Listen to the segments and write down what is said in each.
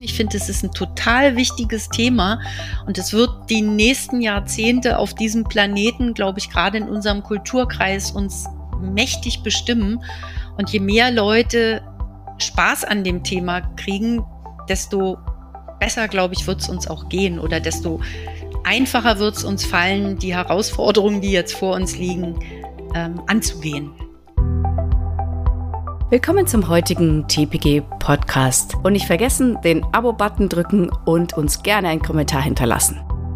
Ich finde, es ist ein total wichtiges Thema und es wird die nächsten Jahrzehnte auf diesem Planeten, glaube ich, gerade in unserem Kulturkreis uns mächtig bestimmen. Und je mehr Leute Spaß an dem Thema kriegen, desto besser, glaube ich, wird es uns auch gehen oder desto einfacher wird es uns fallen, die Herausforderungen, die jetzt vor uns liegen, anzugehen. Willkommen zum heutigen TPG-Podcast. Und nicht vergessen, den Abo-Button drücken und uns gerne einen Kommentar hinterlassen.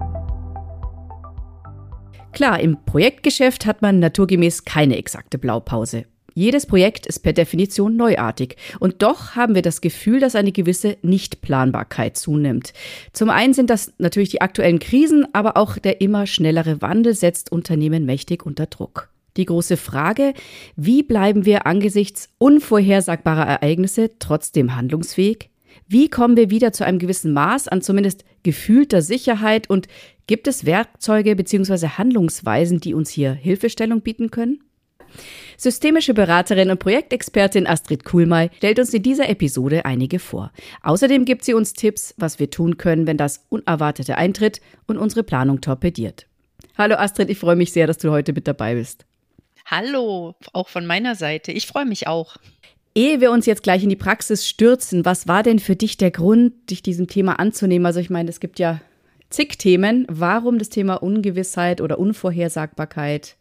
Klar, im Projektgeschäft hat man naturgemäß keine exakte Blaupause. Jedes Projekt ist per Definition neuartig. Und doch haben wir das Gefühl, dass eine gewisse Nichtplanbarkeit zunimmt. Zum einen sind das natürlich die aktuellen Krisen, aber auch der immer schnellere Wandel setzt Unternehmen mächtig unter Druck. Die große Frage, wie bleiben wir angesichts unvorhersagbarer Ereignisse trotzdem handlungsfähig? Wie kommen wir wieder zu einem gewissen Maß an zumindest gefühlter Sicherheit und gibt es Werkzeuge bzw. Handlungsweisen, die uns hier Hilfestellung bieten können? Systemische Beraterin und Projektexpertin Astrid Kuhlmey stellt uns in dieser Episode einige vor. Außerdem gibt sie uns Tipps, was wir tun können, wenn das Unerwartete eintritt und unsere Planung torpediert. Hallo Astrid, ich freue mich sehr, dass du heute mit dabei bist. Hallo, auch von meiner Seite. Ich freue mich auch. Ehe wir uns jetzt gleich in die Praxis stürzen, was war denn für dich der Grund, dich diesem Thema anzunehmen? Also ich meine, es gibt ja zig Themen. Warum das Thema Ungewissheit oder Unvorhersagbarkeit?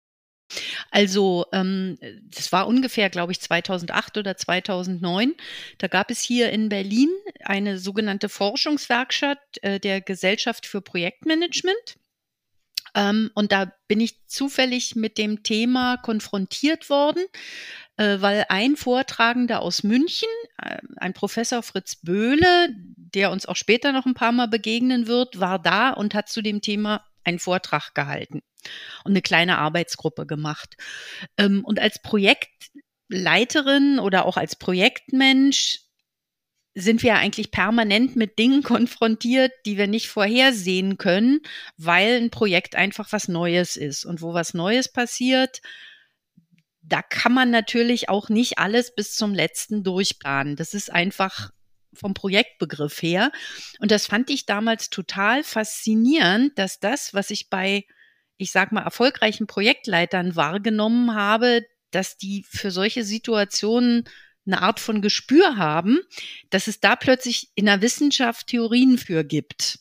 Also das war ungefähr, glaube ich, 2008 oder 2009. Da gab es hier in Berlin eine sogenannte Forschungswerkstatt der Gesellschaft für Projektmanagement. Und da bin ich zufällig mit dem Thema konfrontiert worden, weil ein Vortragender aus München, ein Professor Fritz Böhle, der uns auch später noch ein paar Mal begegnen wird, war da und hat zu dem Thema einen Vortrag gehalten und eine kleine Arbeitsgruppe gemacht. Und als Projektleiterin oder auch als Projektmensch sind wir eigentlich permanent mit Dingen konfrontiert, die wir nicht vorhersehen können, weil ein Projekt einfach was Neues ist. Und wo was Neues passiert, da kann man natürlich auch nicht alles bis zum letzten durchplanen. Das ist einfach vom Projektbegriff her. Und das fand ich damals total faszinierend, dass das, was ich bei, ich sag mal, erfolgreichen Projektleitern wahrgenommen habe, dass die für solche Situationen eine Art von Gespür haben, dass es da plötzlich in der Wissenschaft Theorien für gibt.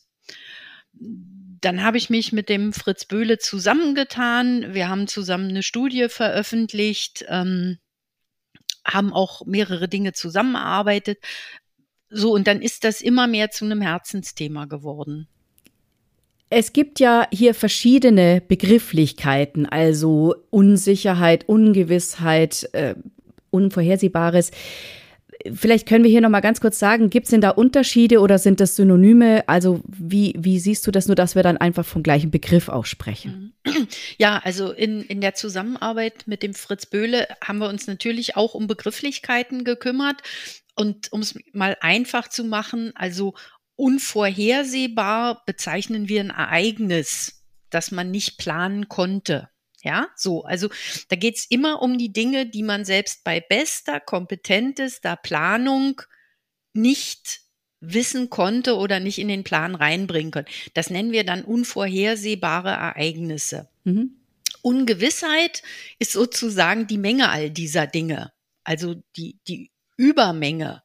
Dann habe ich mich mit dem Fritz Böhle zusammengetan. Wir haben zusammen eine Studie veröffentlicht, haben auch mehrere Dinge zusammengearbeitet. So, und dann ist das immer mehr zu einem Herzensthema geworden. Es gibt ja hier verschiedene Begrifflichkeiten, also Unsicherheit, Ungewissheit, Unvorhersehbares. Vielleicht können wir hier noch mal ganz kurz sagen, gibt es denn da Unterschiede oder sind das Synonyme? Also wie siehst du das, nur dass wir dann einfach vom gleichen Begriff auch sprechen? Ja, also in der Zusammenarbeit mit dem Fritz Böhle haben wir uns natürlich auch um Begrifflichkeiten gekümmert. Und um es mal einfach zu machen, also unvorhersehbar bezeichnen wir ein Ereignis, das man nicht planen konnte. Ja, so, also da geht's immer um die Dinge, die man selbst bei bester, kompetentester Planung nicht wissen konnte oder nicht in den Plan reinbringen konnte. Das nennen wir dann unvorhersehbare Ereignisse. Mhm. Ungewissheit ist sozusagen die Menge all dieser Dinge, also die Übermenge.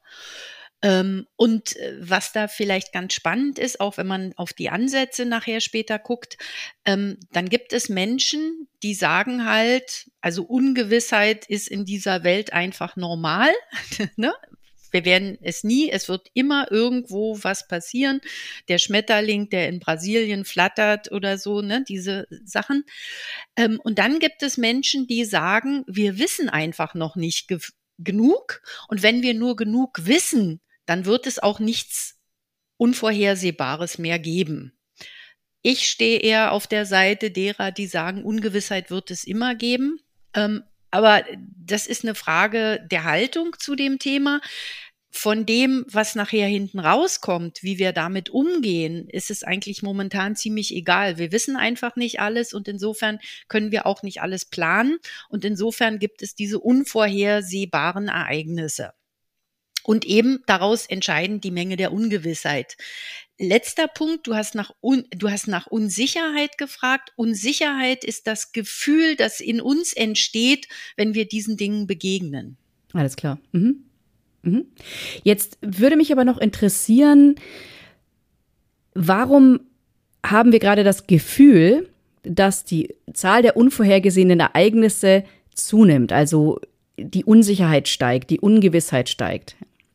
Und was da vielleicht ganz spannend ist, auch wenn man auf die Ansätze nachher später guckt, dann gibt es Menschen, die sagen halt, also Ungewissheit ist in dieser Welt einfach normal. Ne? Wir werden es nie, es wird immer irgendwo was passieren. Der Schmetterling, der in Brasilien flattert oder so, ne, diese Sachen. Und dann gibt es Menschen, die sagen, wir wissen einfach noch nicht genug. Und wenn wir nur genug wissen, dann wird es auch nichts Unvorhersehbares mehr geben. Ich stehe eher auf der Seite derer, die sagen, Ungewissheit wird es immer geben. Aber das ist eine Frage der Haltung zu dem Thema. Von dem, was nachher hinten rauskommt, wie wir damit umgehen, ist es eigentlich momentan ziemlich egal. Wir wissen einfach nicht alles und insofern können wir auch nicht alles planen. Und insofern gibt es diese unvorhersehbaren Ereignisse. Und eben daraus entscheiden die Menge der Ungewissheit. Letzter Punkt, du hast nach Unsicherheit gefragt. Unsicherheit ist das Gefühl, das in uns entsteht, wenn wir diesen Dingen begegnen. Alles klar. Mhm. Mhm. Jetzt würde mich aber noch interessieren, warum haben wir gerade das Gefühl, dass die Zahl der unvorhergesehenen Ereignisse zunimmt, also die Unsicherheit steigt, die Ungewissheit steigt?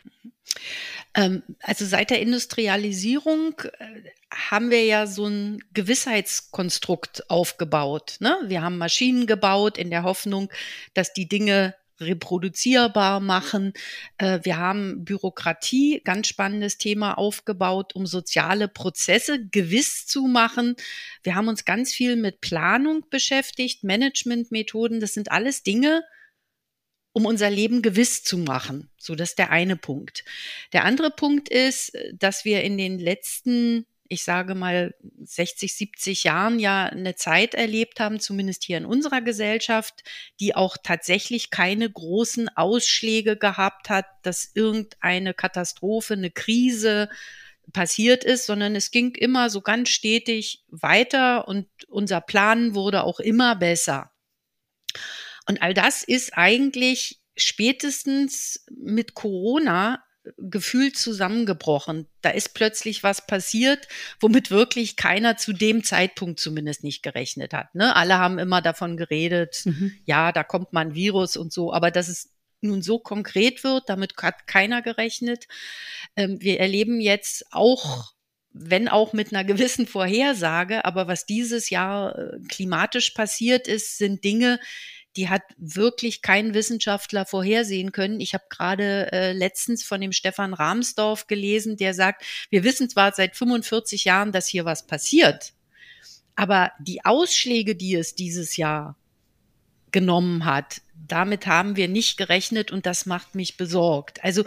Also seit der Industrialisierung haben wir ja so ein Gewissheitskonstrukt aufgebaut, ne? Wir haben Maschinen gebaut in der Hoffnung, dass die Dinge reproduzierbar machen. Wir haben Bürokratie, ganz spannendes Thema, aufgebaut, um soziale Prozesse gewiss zu machen. Wir haben uns ganz viel mit Planung beschäftigt, Managementmethoden. Das sind alles Dinge, um unser Leben gewiss zu machen. So, das ist der eine Punkt. Der andere Punkt ist, dass wir in den letzten, ich sage mal 60, 70 Jahren ja eine Zeit erlebt haben, zumindest hier in unserer Gesellschaft, die auch tatsächlich keine großen Ausschläge gehabt hat, dass irgendeine Katastrophe, eine Krise passiert ist, sondern es ging immer so ganz stetig weiter und unser Plan wurde auch immer besser. Und all das ist eigentlich spätestens mit Corona gefühlt zusammengebrochen. Da ist plötzlich was passiert, womit wirklich keiner zu dem Zeitpunkt zumindest nicht gerechnet hat. Ne? Alle haben immer davon geredet, ja, da kommt mal ein Virus und so, aber dass es nun so konkret wird, damit hat keiner gerechnet. Wir erleben jetzt auch, wenn auch mit einer gewissen Vorhersage, aber was dieses Jahr klimatisch passiert ist, sind Dinge, die hat wirklich kein Wissenschaftler vorhersehen können. Ich habe gerade letztens von dem Stefan Rahmsdorf gelesen, der sagt, wir wissen zwar seit 45 Jahren, dass hier was passiert, aber die Ausschläge, die es dieses Jahr genommen hat, damit haben wir nicht gerechnet und das macht mich besorgt. Also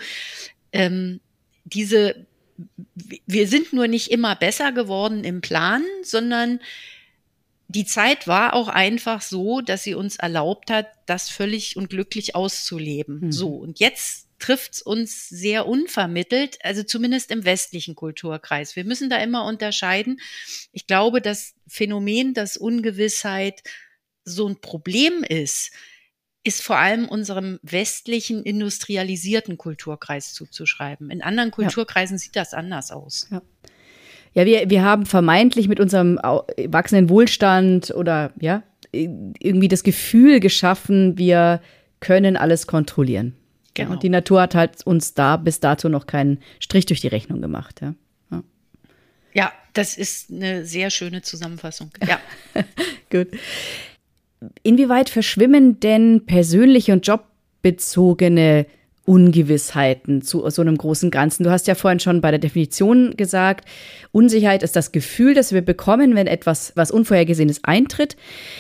wir sind nur nicht immer besser geworden im Planen, sondern die Zeit war auch einfach so, dass sie uns erlaubt hat, das völlig und glücklich auszuleben. So, und jetzt trifft's uns sehr unvermittelt, also zumindest im westlichen Kulturkreis. Wir müssen da immer unterscheiden. Ich glaube, das Phänomen, dass Ungewissheit so ein Problem ist vor allem unserem westlichen industrialisierten Kulturkreis zuzuschreiben. In anderen Kulturkreisen sieht das anders aus. Ja. Ja, wir haben vermeintlich mit unserem wachsenden Wohlstand oder ja, irgendwie das Gefühl geschaffen, wir können alles kontrollieren. Genau. Ja, und die Natur hat halt uns da bis dato noch keinen Strich durch die Rechnung gemacht. Ja, ja, das ist eine sehr schöne Zusammenfassung. Ja. Gut. Inwieweit verschwimmen denn persönliche und jobbezogene Ungewissheiten zu so einem großen Ganzen? Du hast ja vorhin schon bei der Definition gesagt, Unsicherheit ist das Gefühl, das wir bekommen, wenn etwas, was Unvorhergesehenes eintritt.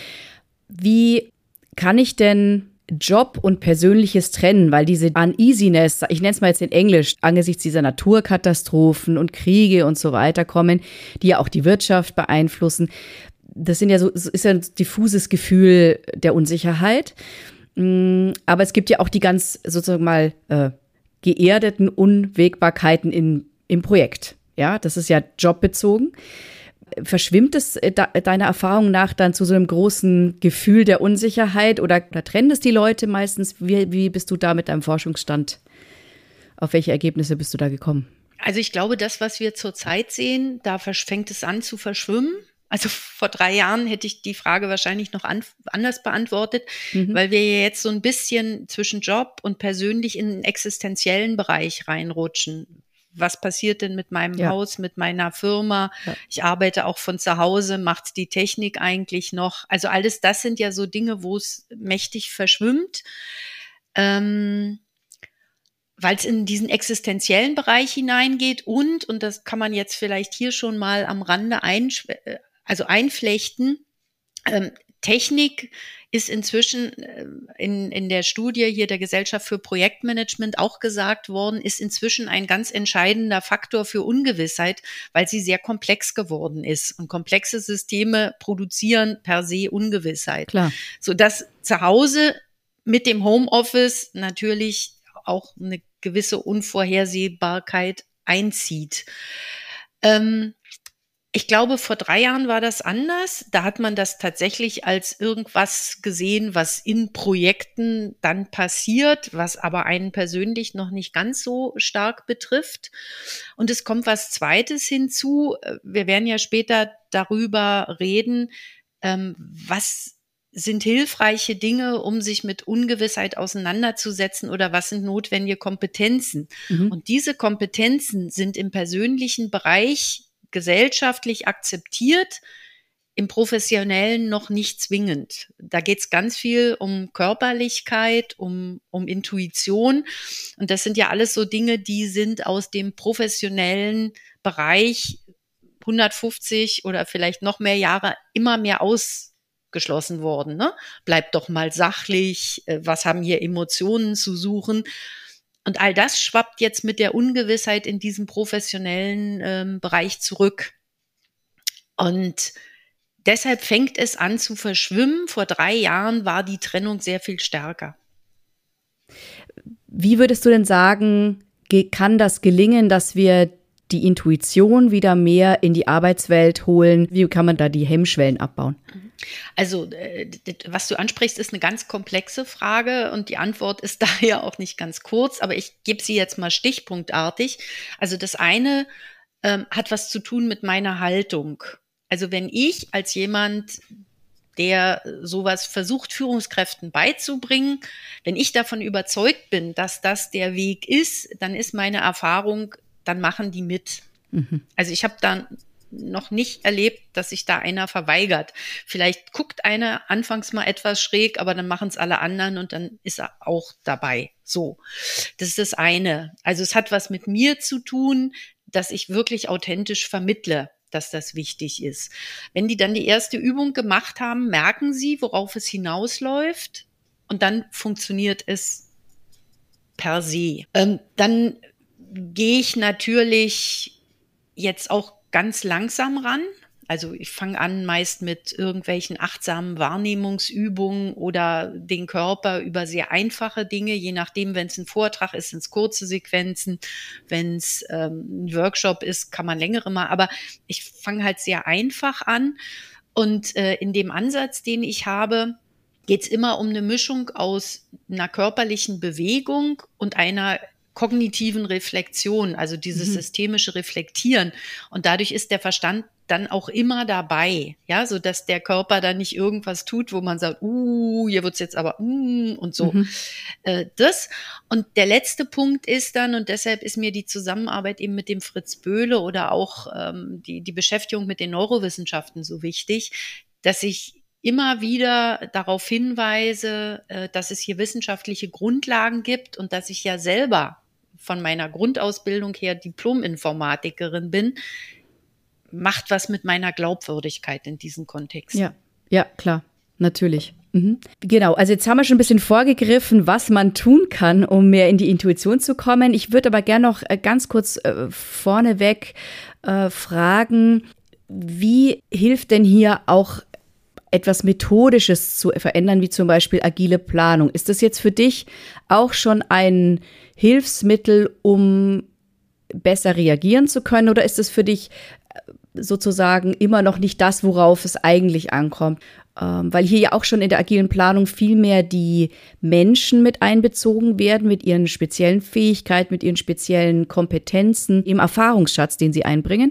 Wie kann ich denn Job und Persönliches trennen? Weil diese Uneasiness, ich nenne es mal jetzt in Englisch, angesichts dieser Naturkatastrophen und Kriege und so weiter kommen, die ja auch die Wirtschaft beeinflussen. Das ist ja ein diffuses Gefühl der Unsicherheit. Aber es gibt ja auch die ganz sozusagen mal geerdeten Unwägbarkeiten im Projekt. Ja, das ist ja jobbezogen. Verschwimmt es deiner Erfahrung nach dann zu so einem großen Gefühl der Unsicherheit oder trennen es die Leute meistens? Wie bist du da mit deinem Forschungsstand? Auf welche Ergebnisse bist du da gekommen? Also ich glaube, das, was wir zurzeit sehen, da fängt es an zu verschwimmen. Also vor 3 Jahren hätte ich die Frage wahrscheinlich noch anders beantwortet, weil wir ja jetzt so ein bisschen zwischen Job und persönlich in einen existenziellen Bereich reinrutschen. Was passiert denn mit meinem Haus, mit meiner Firma? Ja. Ich arbeite auch von zu Hause, macht die Technik eigentlich noch? Also alles das sind ja so Dinge, wo es mächtig verschwimmt, weil es in diesen existenziellen Bereich hineingeht und das kann man jetzt vielleicht hier schon mal am Rande einflechten. Technik ist inzwischen in der Studie hier der Gesellschaft für Projektmanagement auch gesagt worden, ist inzwischen ein ganz entscheidender Faktor für Ungewissheit, weil sie sehr komplex geworden ist. Und komplexe Systeme produzieren per se Ungewissheit. Klar. Sodass zu Hause mit dem Homeoffice natürlich auch eine gewisse Unvorhersehbarkeit einzieht. Ich glaube, vor 3 Jahren war das anders. Da hat man das tatsächlich als irgendwas gesehen, was in Projekten dann passiert, was aber einen persönlich noch nicht ganz so stark betrifft. Und es kommt was Zweites hinzu. Wir werden ja später darüber reden, was sind hilfreiche Dinge, um sich mit Ungewissheit auseinanderzusetzen, oder was sind notwendige Kompetenzen? Mhm. Und diese Kompetenzen sind im persönlichen Bereich gesellschaftlich akzeptiert, im professionellen noch nicht zwingend. Da geht es ganz viel um Körperlichkeit, um Intuition. Und das sind ja alles so Dinge, die sind aus dem professionellen Bereich 150 oder vielleicht noch mehr Jahre immer mehr ausgeschlossen worden. Ne? Bleibt doch mal sachlich, was haben hier Emotionen zu suchen? Und all das schwappt jetzt mit der Ungewissheit in diesem professionellen Bereich zurück. Und deshalb fängt es an zu verschwimmen. Vor 3 Jahren war die Trennung sehr viel stärker. Wie würdest du denn sagen, kann das gelingen, dass wir die Intuition wieder mehr in die Arbeitswelt holen? Wie kann man da die Hemmschwellen abbauen? Also, was du ansprichst, ist eine ganz komplexe Frage und die Antwort ist daher auch nicht ganz kurz, aber ich gebe sie jetzt mal stichpunktartig. Also das eine hat was zu tun mit meiner Haltung. Also wenn ich als jemand, der sowas versucht, Führungskräften beizubringen, wenn ich davon überzeugt bin, dass das der Weg ist, dann ist meine Erfahrung, dann machen die mit. Mhm. Also ich habe da noch nicht erlebt, dass sich da einer verweigert. Vielleicht guckt einer anfangs mal etwas schräg, aber dann machen es alle anderen und dann ist er auch dabei. So, das ist das eine. Also es hat was mit mir zu tun, dass ich wirklich authentisch vermittle, dass das wichtig ist. Wenn die dann die erste Übung gemacht haben, merken sie, worauf es hinausläuft, und dann funktioniert es per se. Dann gehe ich natürlich jetzt auch ganz langsam ran. Also ich fange an meist mit irgendwelchen achtsamen Wahrnehmungsübungen oder den Körper über sehr einfache Dinge, je nachdem, wenn es ein Vortrag ist, sind es kurze Sequenzen, wenn es ein Workshop ist, kann man längere mal, aber ich fange halt sehr einfach an, und in dem Ansatz, den ich habe, geht es immer um eine Mischung aus einer körperlichen Bewegung und einer kognitiven Reflexion, also dieses systemische Reflektieren. Und dadurch ist der Verstand dann auch immer dabei, ja, so dass der Körper dann nicht irgendwas tut, wo man sagt, hier wird's jetzt aber und so. Das. Und der letzte Punkt ist dann, und deshalb ist mir die Zusammenarbeit eben mit dem Fritz Böhle oder auch die Beschäftigung mit den Neurowissenschaften so wichtig, dass ich immer wieder darauf hinweise, dass es hier wissenschaftliche Grundlagen gibt und dass ich ja selber von meiner Grundausbildung her Diplom-Informatikerin bin, macht was mit meiner Glaubwürdigkeit in diesem Kontext. Ja, klar, natürlich. Mhm. Genau, also jetzt haben wir schon ein bisschen vorgegriffen, was man tun kann, um mehr in die Intuition zu kommen. Ich würde aber gerne noch ganz kurz vorneweg fragen, wie hilft denn hier auch etwas Methodisches zu verändern, wie zum Beispiel agile Planung? Ist das jetzt für dich auch schon ein Hilfsmittel, um besser reagieren zu können, oder ist es für dich sozusagen immer noch nicht das, worauf es eigentlich ankommt? Weil hier ja auch schon in der agilen Planung viel mehr die Menschen mit einbezogen werden, mit ihren speziellen Fähigkeiten, mit ihren speziellen Kompetenzen, im Erfahrungsschatz, den sie einbringen.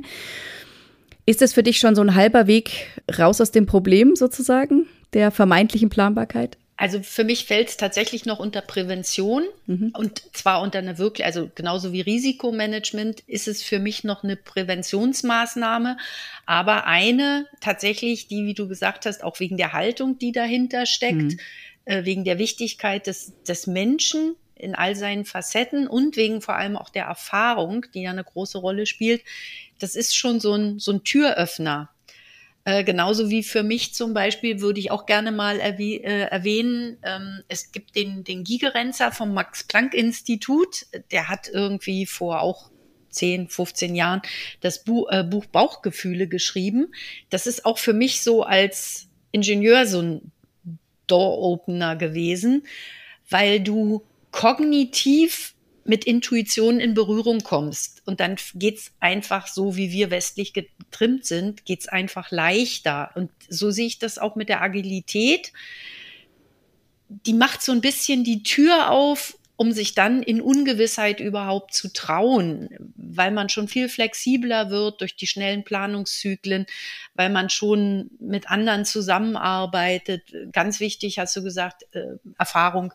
Ist es für dich schon so ein halber Weg raus aus dem Problem sozusagen, der vermeintlichen Planbarkeit? Also für mich fällt es tatsächlich noch unter Prävention und zwar unter eine wirklich, also genauso wie Risikomanagement ist es für mich noch eine Präventionsmaßnahme, aber eine tatsächlich, die, wie du gesagt hast, auch wegen der Haltung, die dahinter steckt, wegen der Wichtigkeit des Menschen in all seinen Facetten und wegen vor allem auch der Erfahrung, die ja eine große Rolle spielt. Das ist schon so ein Türöffner. Genauso wie für mich zum Beispiel würde ich auch gerne mal erwähnen, es gibt den Gigerenzer vom Max-Planck-Institut, der hat irgendwie vor auch 10, 15 Jahren das Buch Bauchgefühle geschrieben. Das ist auch für mich so als Ingenieur so ein Door-Opener gewesen, weil du kognitiv mit Intuition in Berührung kommst. Und dann geht's einfach so, wie wir westlich getrimmt sind, geht's einfach leichter. Und so sehe ich das auch mit der Agilität. Die macht so ein bisschen die Tür auf, um sich dann in Ungewissheit überhaupt zu trauen, weil man schon viel flexibler wird durch die schnellen Planungszyklen, weil man schon mit anderen zusammenarbeitet. Ganz wichtig, hast du gesagt, Erfahrung.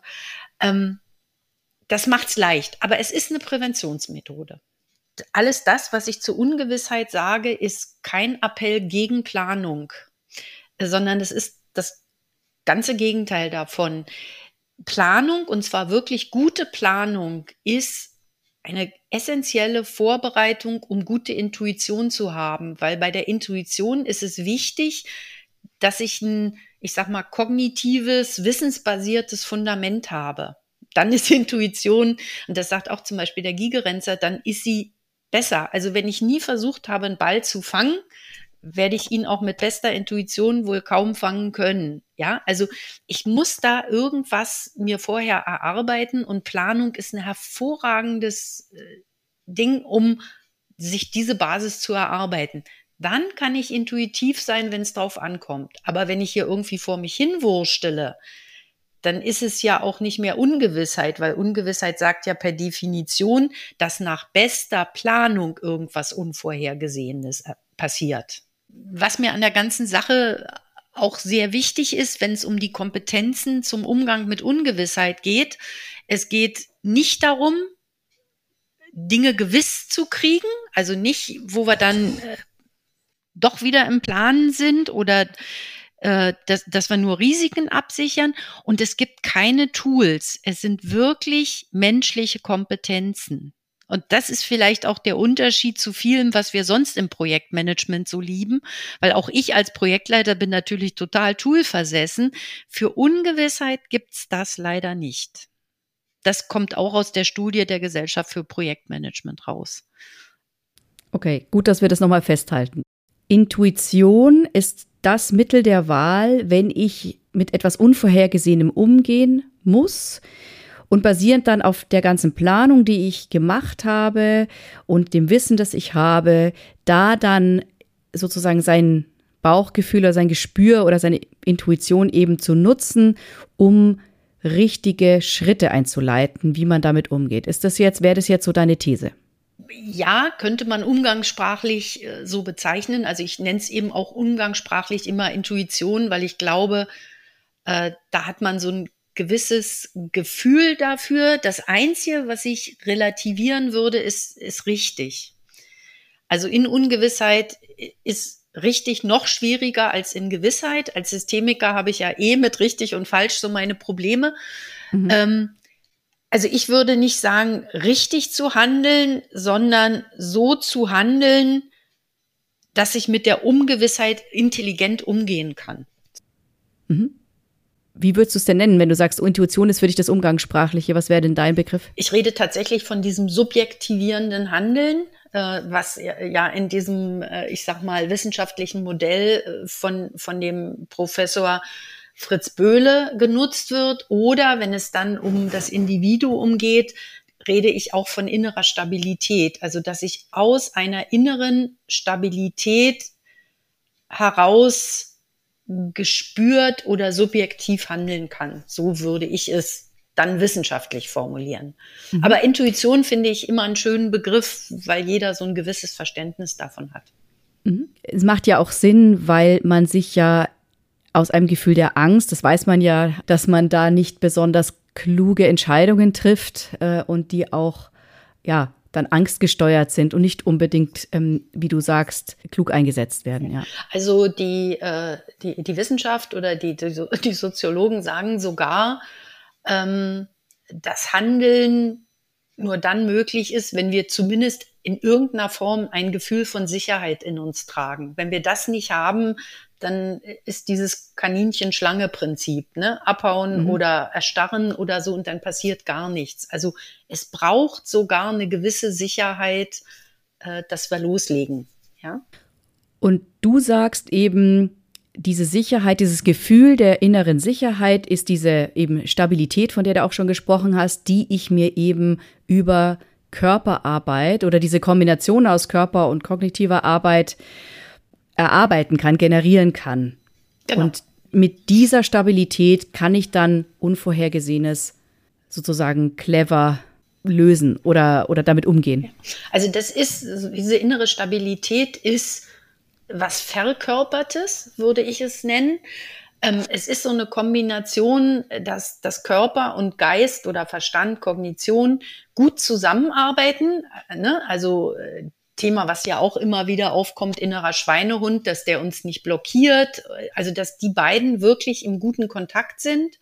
Das macht's leicht, aber es ist eine Präventionsmethode. Alles das, was ich zur Ungewissheit sage, ist kein Appell gegen Planung, sondern es ist das ganze Gegenteil davon. Planung, und zwar wirklich gute Planung, ist eine essentielle Vorbereitung, um gute Intuition zu haben, weil bei der Intuition ist es wichtig, dass ich ein, ich sag mal, kognitives, wissensbasiertes Fundament habe. Dann ist Intuition, und das sagt auch zum Beispiel der Gigerenzer, dann ist sie besser. Also wenn ich nie versucht habe, einen Ball zu fangen, werde ich ihn auch mit bester Intuition wohl kaum fangen können. Ja, also ich muss da irgendwas mir vorher erarbeiten, und Planung ist ein hervorragendes Ding, um sich diese Basis zu erarbeiten. Dann kann ich intuitiv sein, wenn es drauf ankommt. Aber wenn ich hier irgendwie vor mich hinwurstele, dann ist es ja auch nicht mehr Ungewissheit, weil Ungewissheit sagt ja per Definition, dass nach bester Planung irgendwas Unvorhergesehenes passiert. Was mir an der ganzen Sache auch sehr wichtig ist, wenn es um die Kompetenzen zum Umgang mit Ungewissheit geht, es geht nicht darum, Dinge gewiss zu kriegen, also nicht, wo wir dann doch wieder im Planen sind oder dass wir nur Risiken absichern, und es gibt keine Tools. Es sind wirklich menschliche Kompetenzen. Und das ist vielleicht auch der Unterschied zu vielem, was wir sonst im Projektmanagement so lieben, weil auch ich als Projektleiter bin natürlich total toolversessen. Für Ungewissheit gibt's das leider nicht. Das kommt auch aus der Studie der Gesellschaft für Projektmanagement raus. Okay, gut, dass wir das nochmal festhalten. Intuition ist das Mittel der Wahl, wenn ich mit etwas Unvorhergesehenem umgehen muss, und basierend dann auf der ganzen Planung, die ich gemacht habe und dem Wissen, das ich habe, da dann sozusagen sein Bauchgefühl oder sein Gespür oder seine Intuition eben zu nutzen, um richtige Schritte einzuleiten, wie man damit umgeht. Wäre das jetzt so deine These? Ja, könnte man umgangssprachlich so bezeichnen. Also ich nenne es eben auch umgangssprachlich immer Intuition, weil ich glaube, da hat man so ein gewisses Gefühl dafür. Das Einzige, was ich relativieren würde, ist richtig. Also in Ungewissheit ist richtig noch schwieriger als in Gewissheit. Als Systemiker habe ich ja mit richtig und falsch so meine Probleme. Mhm. Also ich würde nicht sagen, richtig zu handeln, sondern so zu handeln, dass ich mit der Ungewissheit intelligent umgehen kann. Mhm. Wie würdest du es denn nennen, wenn du sagst, Intuition ist für dich das Umgangssprachliche? Was wäre denn dein Begriff? Ich rede tatsächlich von diesem subjektivierenden Handeln, was ja in diesem, ich sag mal, wissenschaftlichen Modell von dem Professor Fritz Böhle genutzt wird. Oder wenn es dann um das Individuum geht, rede ich auch von innerer Stabilität. Also, dass ich aus einer inneren Stabilität heraus gespürt oder subjektiv handeln kann. So würde ich es dann wissenschaftlich formulieren. Mhm. Aber Intuition finde ich immer einen schönen Begriff, weil jeder so ein gewisses Verständnis davon hat. Mhm. Es macht ja auch Sinn, weil man sich ja aus einem Gefühl der Angst, das weiß man ja, dass man da nicht besonders kluge Entscheidungen trifft und die auch ja dann angstgesteuert sind und nicht unbedingt, wie du sagst, klug eingesetzt werden. Ja. Also die Wissenschaft oder die Soziologen sagen sogar, dass Handeln nur dann möglich ist, wenn wir zumindest in irgendeiner Form ein Gefühl von Sicherheit in uns tragen. Wenn wir das nicht haben, dann ist dieses Kaninchen-Schlange-Prinzip, ne? Abhauen oder erstarren oder so, und dann passiert gar nichts. Also es braucht sogar eine gewisse Sicherheit, dass wir loslegen. Ja? Und du sagst eben, diese Sicherheit, dieses Gefühl der inneren Sicherheit ist diese eben Stabilität, von der du auch schon gesprochen hast, die ich mir eben über Körperarbeit oder diese Kombination aus Körper- und kognitiver Arbeit erarbeiten kann, generieren kann. Genau. Und mit dieser Stabilität kann ich dann Unvorhergesehenes sozusagen clever lösen oder damit umgehen. Ja. Also diese innere Stabilität ist was Verkörpertes, würde ich es nennen. Es ist so eine Kombination, dass Körper und Geist oder Verstand, Kognition gut zusammenarbeiten. Ne? Also Thema, was ja auch immer wieder aufkommt, innerer Schweinehund, dass der uns nicht blockiert. Also dass die beiden wirklich im guten Kontakt sind.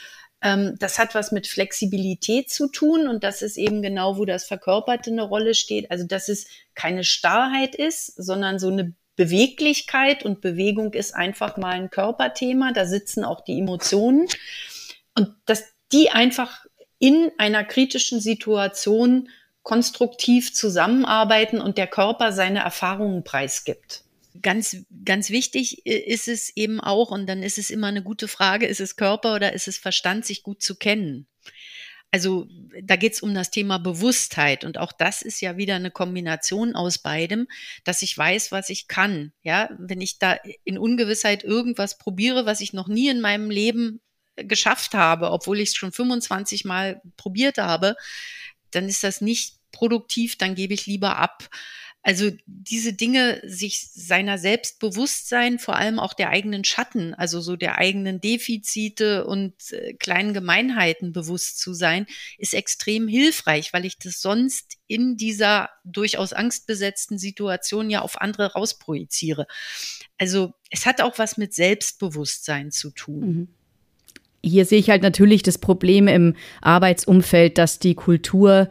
Das hat was mit Flexibilität zu tun und das ist eben genau, wo das Verkörperte eine Rolle steht. Also dass es keine Starrheit ist, sondern so eine Beweglichkeit, und Bewegung ist einfach mal ein Körperthema, da sitzen auch die Emotionen, und dass die einfach in einer kritischen Situation konstruktiv zusammenarbeiten und der Körper seine Erfahrungen preisgibt. Ganz, ganz wichtig ist es eben auch, und dann ist es immer eine gute Frage, ist es Körper oder ist es Verstand, sich gut zu kennen? Also da geht es um das Thema Bewusstheit, und auch das ist ja wieder eine Kombination aus beidem, dass ich weiß, was ich kann. Ja, wenn ich da in Ungewissheit irgendwas probiere, was ich noch nie in meinem Leben geschafft habe, obwohl ich es schon 25 Mal probiert habe, dann ist das nicht produktiv, dann gebe ich lieber ab. Also diese Dinge, sich seiner selbst bewusst sein, vor allem auch der eigenen Schatten, also so der eigenen Defizite und kleinen Gemeinheiten bewusst zu sein, ist extrem hilfreich, weil ich das sonst in dieser durchaus angstbesetzten Situation ja auf andere rausprojiziere. Also es hat auch was mit Selbstbewusstsein zu tun. Mhm. Hier sehe ich halt natürlich das Problem im Arbeitsumfeld, dass die Kultur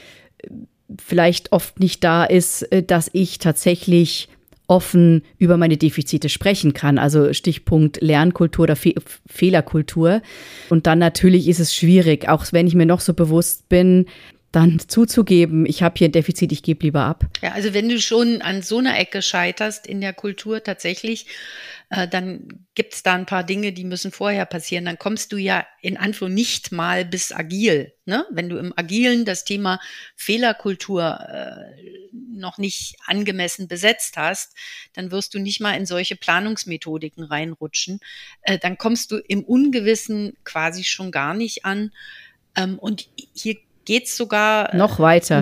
vielleicht oft nicht da ist, dass ich tatsächlich offen über meine Defizite sprechen kann. Also Stichpunkt Lernkultur oder Fehlerkultur. Und dann natürlich ist es schwierig, auch wenn ich mir noch so bewusst bin, dann zuzugeben, ich habe hier ein Defizit, ich gebe lieber ab. Ja, also wenn du schon an so einer Ecke scheiterst in der Kultur tatsächlich, dann gibt es da ein paar Dinge, die müssen vorher passieren. Dann kommst du ja in Anführung nicht mal bis agil. Ne? Wenn du im Agilen das Thema Fehlerkultur noch nicht angemessen besetzt hast, dann wirst du nicht mal in solche Planungsmethodiken reinrutschen. Dann kommst du im Ungewissen quasi schon gar nicht an. Und hier geht's sogar noch weiter,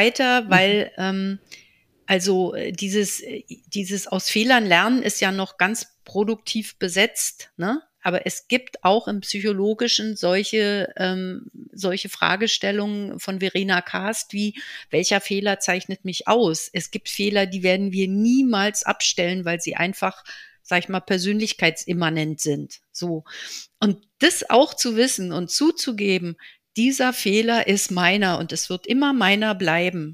weil also dieses aus Fehlern lernen ist ja noch ganz produktiv besetzt, ne? Aber es gibt auch im Psychologischen solche Fragestellungen von Verena Kast wie: Welcher Fehler zeichnet mich aus? Es gibt Fehler, die werden wir niemals abstellen, weil sie einfach, sag ich mal, persönlichkeitsimmanent sind. So. Und das auch zu wissen und zuzugeben, dieser Fehler ist meiner und es wird immer meiner bleiben.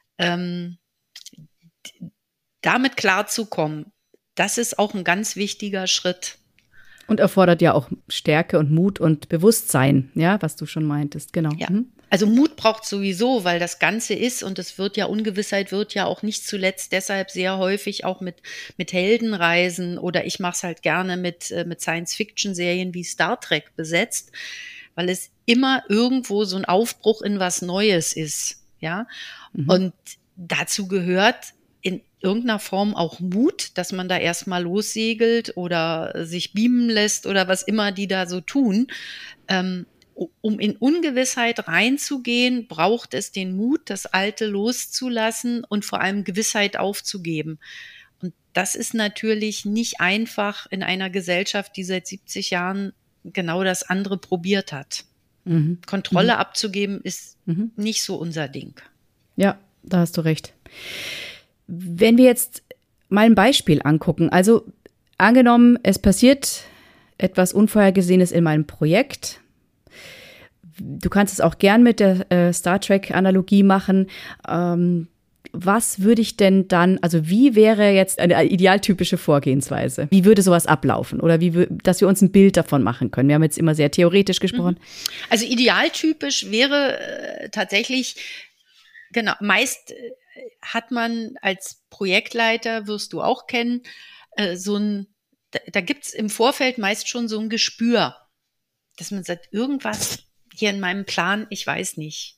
Damit klarzukommen, das ist auch ein ganz wichtiger Schritt. Und erfordert ja auch Stärke und Mut und Bewusstsein, ja, was du schon meintest, genau. Ja. Also Mut braucht sowieso, weil das Ganze ist, und es wird ja, Ungewissheit wird ja auch nicht zuletzt deshalb sehr häufig auch mit Heldenreisen, oder ich mache es halt gerne mit Science-Fiction-Serien wie Star Trek besetzt, weil es immer irgendwo so ein Aufbruch in was Neues ist, ja. Und dazu gehört in irgendeiner Form auch Mut, dass man da erstmal lossegelt oder sich beamen lässt oder was immer die da so tun. Um in Ungewissheit reinzugehen, braucht es den Mut, das Alte loszulassen und vor allem Gewissheit aufzugeben. Und das ist natürlich nicht einfach in einer Gesellschaft, die seit 70 Jahren genau das andere probiert hat. Kontrolle abzugeben ist nicht so unser Ding. Ja, da hast du recht. Wenn wir jetzt mal ein Beispiel angucken, also angenommen, es passiert etwas Unvorhergesehenes in meinem Projekt. Du kannst es auch gern mit der Star Trek-Analogie machen. Was würde ich denn dann, also wie wäre jetzt eine idealtypische Vorgehensweise? Wie würde sowas ablaufen? Oder dass wir uns ein Bild davon machen können? Wir haben jetzt immer sehr theoretisch gesprochen. Also idealtypisch wäre tatsächlich, genau, meist hat man als Projektleiter, wirst du auch kennen, so ein da gibt's im Vorfeld meist schon so ein Gespür, dass man sagt, irgendwas hier in meinem Plan, ich weiß nicht.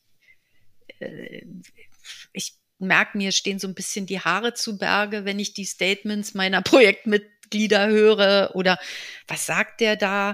Ich merke, mir stehen so ein bisschen die Haare zu Berge, wenn ich die Statements meiner Projektmitglieder höre oder was sagt der da?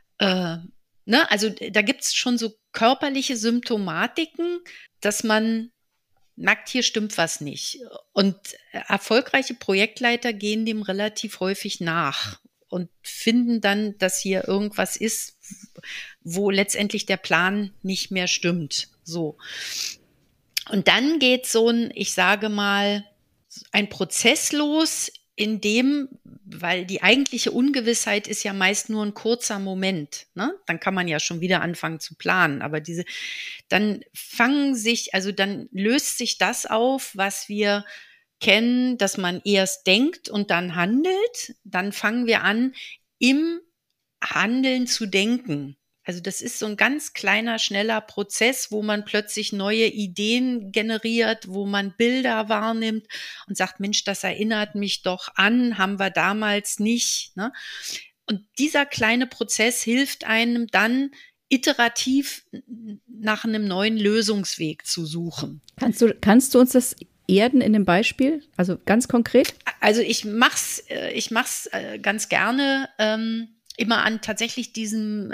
Ne? Also da gibt's schon so körperliche Symptomatiken, dass man merkt, hier stimmt was nicht. Und erfolgreiche Projektleiter gehen dem relativ häufig nach und finden dann, dass hier irgendwas ist, wo letztendlich der Plan nicht mehr stimmt. So. Und dann geht so ich sage mal, ein Prozess los, in dem, weil die eigentliche Ungewissheit ist ja meist nur ein kurzer Moment, ne? Dann kann man ja schon wieder anfangen zu planen, aber dann dann löst sich das auf, was wir kennen, dass man erst denkt und dann handelt. Dann fangen wir an, im Handeln zu denken. Also das ist so ein ganz kleiner, schneller Prozess, wo man plötzlich neue Ideen generiert, wo man Bilder wahrnimmt und sagt, Mensch, das erinnert mich doch an, haben wir damals nicht, ne? Und dieser kleine Prozess hilft einem dann, iterativ nach einem neuen Lösungsweg zu suchen. Kannst du uns das erden in dem Beispiel? Also ganz konkret? Also ich mach's ganz gerne, immer an tatsächlich diesem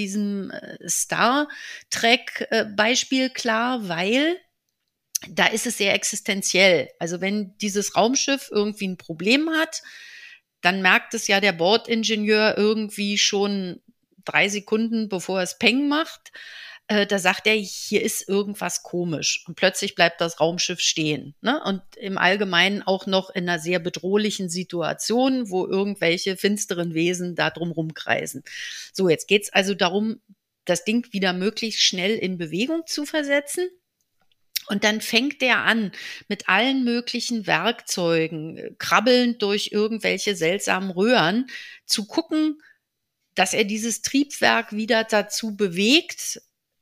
Star Trek Beispiel klar, weil da ist es sehr existenziell. Also wenn dieses Raumschiff irgendwie ein Problem hat, dann merkt es ja der Bordingenieur irgendwie schon 3 Sekunden, bevor es Peng macht. Da sagt er, hier ist irgendwas komisch. Und plötzlich bleibt das Raumschiff stehen, ne? Und im Allgemeinen auch noch in einer sehr bedrohlichen Situation, wo irgendwelche finsteren Wesen da drum rumkreisen. So, jetzt geht's also darum, das Ding wieder möglichst schnell in Bewegung zu versetzen. Und dann fängt er an, mit allen möglichen Werkzeugen, krabbelnd durch irgendwelche seltsamen Röhren, zu gucken, dass er dieses Triebwerk wieder dazu bewegt,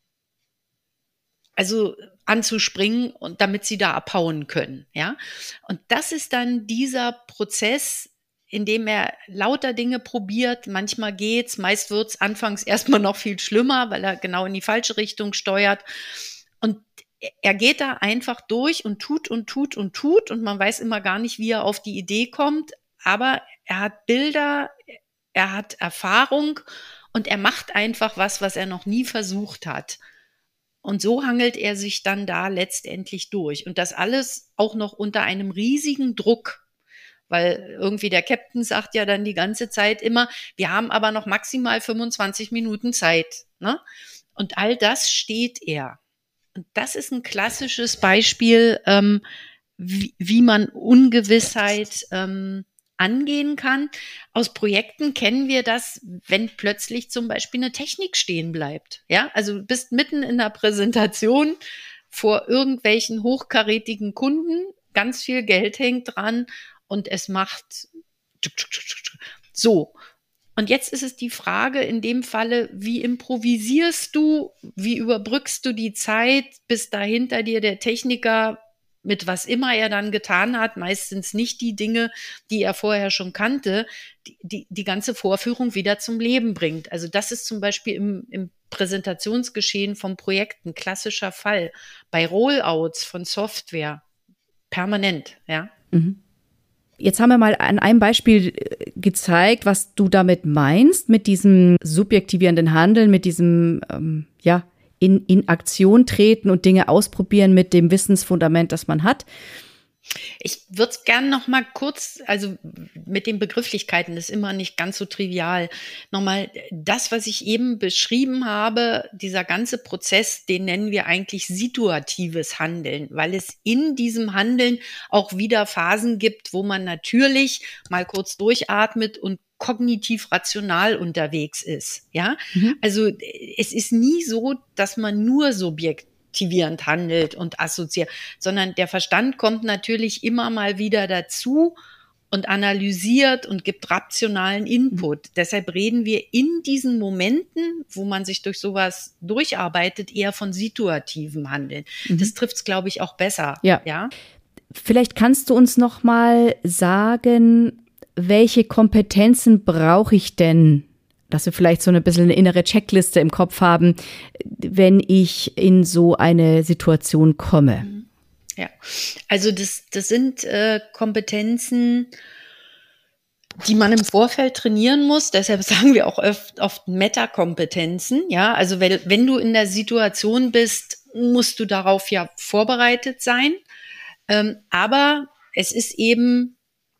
also anzuspringen und damit sie da abhauen können, ja. Und das ist dann dieser Prozess, in dem er lauter Dinge probiert. Manchmal geht's, meist wird's anfangs erstmal noch viel schlimmer, weil er genau in die falsche Richtung steuert. Und er geht da einfach durch und tut und tut und tut und man weiß immer gar nicht, wie er auf die Idee kommt. Aber er hat Bilder, er hat Erfahrung und er macht einfach was er noch nie versucht hat. Und so hangelt er sich dann da letztendlich durch. Und das alles auch noch unter einem riesigen Druck. Weil irgendwie der Captain sagt ja dann die ganze Zeit immer, wir haben aber noch maximal 25 Minuten Zeit, ne? Und all das steht er. Und das ist ein klassisches Beispiel, wie man Ungewissheit angehen kann. Aus Projekten kennen wir das, wenn plötzlich zum Beispiel eine Technik stehen bleibt. Ja, also du bist mitten in einer Präsentation vor irgendwelchen hochkarätigen Kunden, ganz viel Geld hängt dran und es macht so. Und jetzt ist es die Frage in dem Falle, wie improvisierst du, wie überbrückst du die Zeit, bis da hinter dir der Techniker mit was immer er dann getan hat, meistens nicht die Dinge, die er vorher schon kannte, die ganze Vorführung wieder zum Leben bringt. Also das ist zum Beispiel im Präsentationsgeschehen von Projekten ein klassischer Fall. Bei Rollouts von Software permanent, ja. Mhm. Jetzt haben wir mal an einem Beispiel gezeigt, was du damit meinst, mit diesem subjektivierenden Handeln, mit diesem, in Aktion treten und Dinge ausprobieren mit dem Wissensfundament, das man hat. Ich würde es gerne noch mal kurz, also mit den Begrifflichkeiten, das ist immer nicht ganz so trivial, nochmal das, was ich eben beschrieben habe, dieser ganze Prozess, den nennen wir eigentlich situatives Handeln, weil es in diesem Handeln auch wieder Phasen gibt, wo man natürlich mal kurz durchatmet und kognitiv rational unterwegs ist, ja. Also es ist nie so, dass man nur subjektivierend handelt und assoziiert, sondern der Verstand kommt natürlich immer mal wieder dazu und analysiert und gibt rationalen Input. Deshalb reden wir in diesen Momenten, wo man sich durch sowas durcharbeitet, eher von situativem Handeln. Das trifft es, glaube ich, auch besser. Ja. Vielleicht kannst du uns noch mal sagen, welche Kompetenzen brauche ich denn, dass wir vielleicht so ein bisschen eine innere Checkliste im Kopf haben, wenn ich in so eine Situation komme? Ja, also das sind Kompetenzen, die man im Vorfeld trainieren muss. Deshalb sagen wir auch oft Metakompetenzen. Ja, also wenn du in der Situation bist, musst du darauf ja vorbereitet sein. Aber es ist eben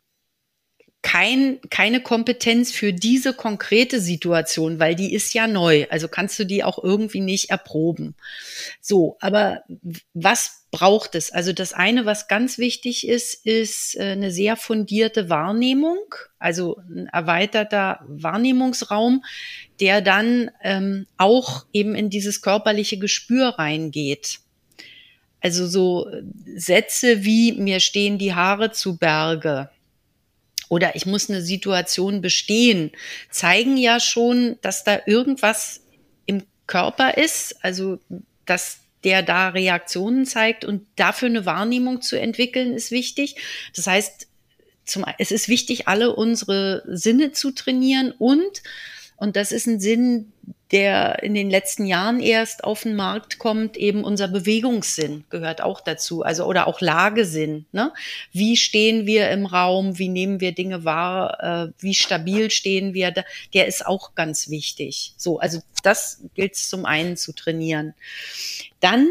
keine Kompetenz für diese konkrete Situation, weil die ist ja neu. Also kannst du die auch irgendwie nicht erproben. So, aber was braucht es? Also das eine, was ganz wichtig ist eine sehr fundierte Wahrnehmung, also ein erweiterter Wahrnehmungsraum, der dann auch eben in dieses körperliche Gespür reingeht. Also so Sätze wie mir stehen die Haare zu Berge oder ich muss eine Situation bestehen, zeigen ja schon, dass da irgendwas im Körper ist, also dass der da Reaktionen zeigt, und dafür eine Wahrnehmung zu entwickeln, ist wichtig. Das heißt, es ist wichtig, alle unsere Sinne zu trainieren, und das ist ein Sinn, der in den letzten Jahren erst auf den Markt kommt, eben unser Bewegungssinn gehört auch dazu, also oder auch Lagesinn. Ne? Wie stehen wir im Raum? Wie nehmen wir Dinge wahr? Wie stabil stehen wir? Der ist auch ganz wichtig. So, also das gilt es zum einen zu trainieren. Dann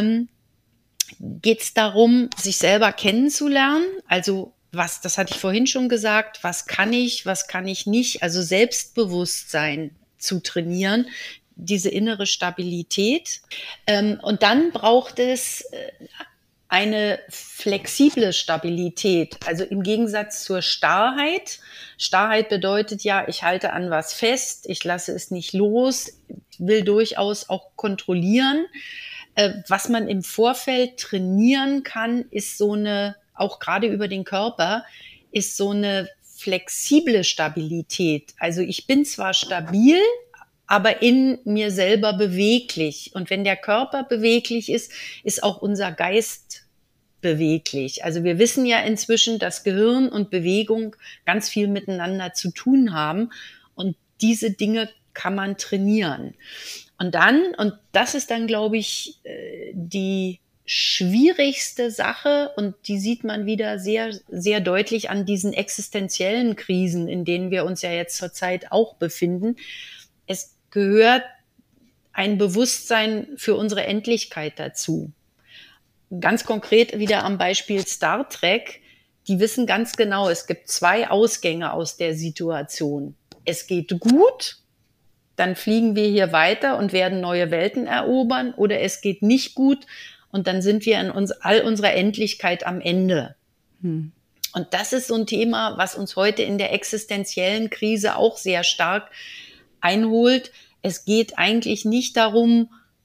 geht es darum, sich selber kennenzulernen. Also das hatte ich vorhin schon gesagt, was kann ich nicht, also Selbstbewusstsein zu trainieren, diese innere Stabilität. Und dann braucht es eine flexible Stabilität, also im Gegensatz zur Starrheit. Starrheit bedeutet ja, ich halte an was fest, ich lasse es nicht los, will durchaus auch kontrollieren. Was man im Vorfeld trainieren kann, ist so eine, auch gerade über den Körper, ist so eine flexible Stabilität. Also ich bin zwar stabil, aber in mir selber beweglich. Und wenn der Körper beweglich ist, ist auch unser Geist beweglich. Also wir wissen ja inzwischen, dass Gehirn und Bewegung ganz viel miteinander zu tun haben. Und diese Dinge kann man trainieren. Und das ist dann, glaube ich, die schwierigste Sache, und die sieht man wieder sehr, sehr deutlich an diesen existenziellen Krisen, in denen wir uns ja jetzt zurzeit auch befinden. Es gehört ein Bewusstsein für unsere Endlichkeit dazu. Ganz konkret wieder am Beispiel Star Trek. Die wissen ganz genau, es gibt 2 Ausgänge aus der Situation. Es geht gut, dann fliegen wir hier weiter und werden neue Welten erobern, oder es geht nicht gut und dann sind wir in all unserer Endlichkeit am Ende. Und das ist so ein Thema, was uns heute in der existenziellen Krise auch sehr stark einholt. Es geht eigentlich nicht darum,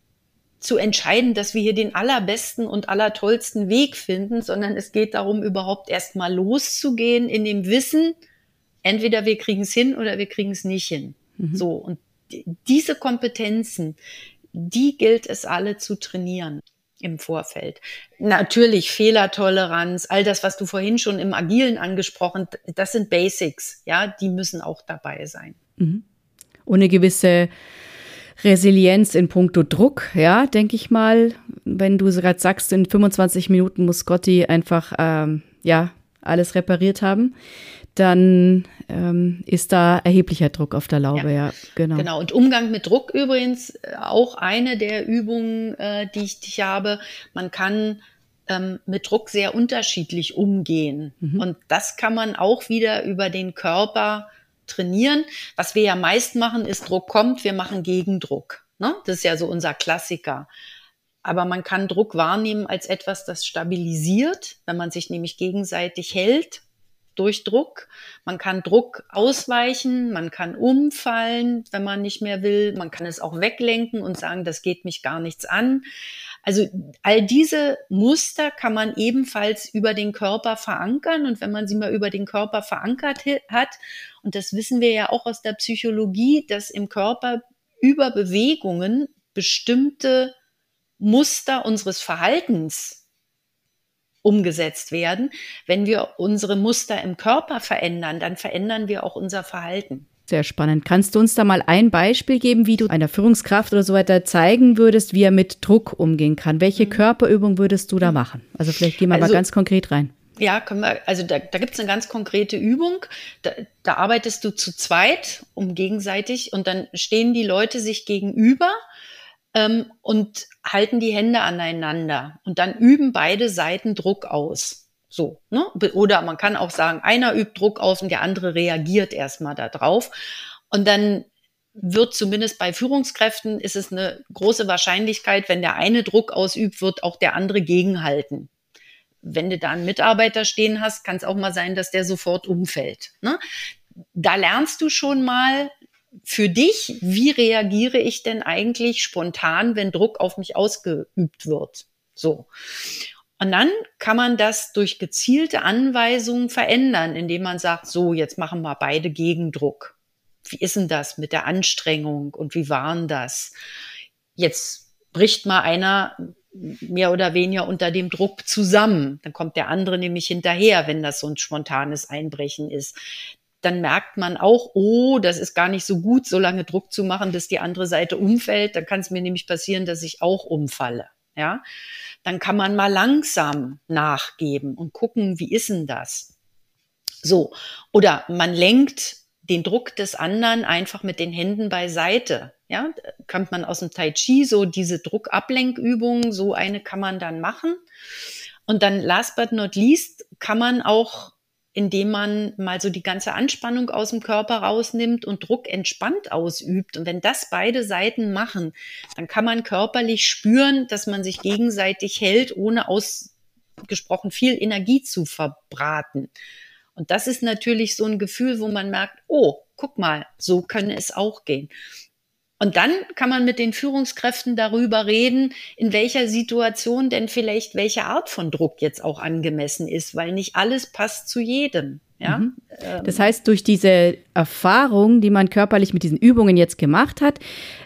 zu entscheiden, dass wir hier den allerbesten und allertollsten Weg finden, sondern es geht darum, überhaupt erst mal loszugehen in dem Wissen, entweder wir kriegen es hin oder wir kriegen es nicht hin. So, und diese Kompetenzen, die gilt es alle zu trainieren im Vorfeld. Natürlich Fehlertoleranz, all das, was du vorhin schon im Agilen angesprochen, das sind Basics, ja, die müssen auch dabei sein. Und eine gewisse Resilienz in puncto Druck, ja, denke ich mal. Wenn du gerade sagst, in 25 Minuten muss Scotty einfach, alles repariert haben, dann ist da erheblicher Druck auf der Laube, ja, genau. Genau, und Umgang mit Druck übrigens auch eine der Übungen, die ich habe. Man kann mit Druck sehr unterschiedlich umgehen. Und das kann man auch wieder über den Körper trainieren. Was wir ja meist machen, ist, Druck kommt, wir machen Gegendruck. Ne? Das ist ja so unser Klassiker. Aber man kann Druck wahrnehmen als etwas, das stabilisiert, wenn man sich nämlich gegenseitig hält durch Druck. Man kann Druck ausweichen, man kann umfallen, wenn man nicht mehr will. Man kann es auch weglenken und sagen, das geht mich gar nichts an. Also all diese Muster kann man ebenfalls über den Körper verankern. Und wenn man sie mal über den Körper verankert hat, und das wissen wir ja auch aus der Psychologie, dass im Körper über Bewegungen bestimmte Muster unseres Verhaltens umgesetzt werden. Wenn wir unsere Muster im Körper verändern, dann verändern wir auch unser Verhalten. Sehr spannend. Kannst du uns da mal ein Beispiel geben, wie du einer Führungskraft oder so weiter zeigen würdest, wie er mit Druck umgehen kann? Welche Körperübung würdest du da machen? Also vielleicht gehen wir mal ganz konkret rein. Ja, können wir, also da gibt es eine ganz konkrete Übung. Da arbeitest du zu zweit gegenseitig und dann stehen die Leute sich gegenüber und halten die Hände aneinander. Und dann üben beide Seiten Druck aus. So, ne? Oder man kann auch sagen, einer übt Druck aus und der andere reagiert erstmal da drauf. Und dann wird zumindest bei Führungskräften ist es eine große Wahrscheinlichkeit, wenn der eine Druck ausübt, wird auch der andere gegenhalten. Wenn du da einen Mitarbeiter stehen hast, kann es auch mal sein, dass der sofort umfällt. Ne? Da lernst du schon mal für dich, wie reagiere ich denn eigentlich spontan, wenn Druck auf mich ausgeübt wird. So. Und dann kann man das durch gezielte Anweisungen verändern, indem man sagt, so, jetzt machen wir beide Gegendruck. Wie ist denn das mit der Anstrengung und wie war denn das? Jetzt bricht mal einer mehr oder weniger unter dem Druck zusammen. Dann kommt der andere nämlich hinterher, wenn das so ein spontanes Einbrechen ist. Dann merkt man auch, oh, das ist gar nicht so gut, so lange Druck zu machen, bis die andere Seite umfällt. Dann kann es mir nämlich passieren, dass ich auch umfalle. Ja, dann kann man mal langsam nachgeben und gucken, wie ist denn das? So, oder man lenkt den Druck des anderen einfach mit den Händen beiseite. Ja, kommt man aus dem Tai Chi, so diese Druckablenkübungen, so eine kann man dann machen. Und dann last but not least kann man auch, indem man mal so die ganze Anspannung aus dem Körper rausnimmt und Druck entspannt ausübt. Und wenn das beide Seiten machen, dann kann man körperlich spüren, dass man sich gegenseitig hält, ohne ausgesprochen viel Energie zu verbraten. Und das ist natürlich so ein Gefühl, wo man merkt, oh, guck mal, so könne es auch gehen. Und dann kann man mit den Führungskräften darüber reden, in welcher Situation denn vielleicht welche Art von Druck jetzt auch angemessen ist, weil nicht alles passt zu jedem. Ja? Mhm. Das heißt, durch diese Erfahrung, die man körperlich mit diesen Übungen jetzt gemacht hat,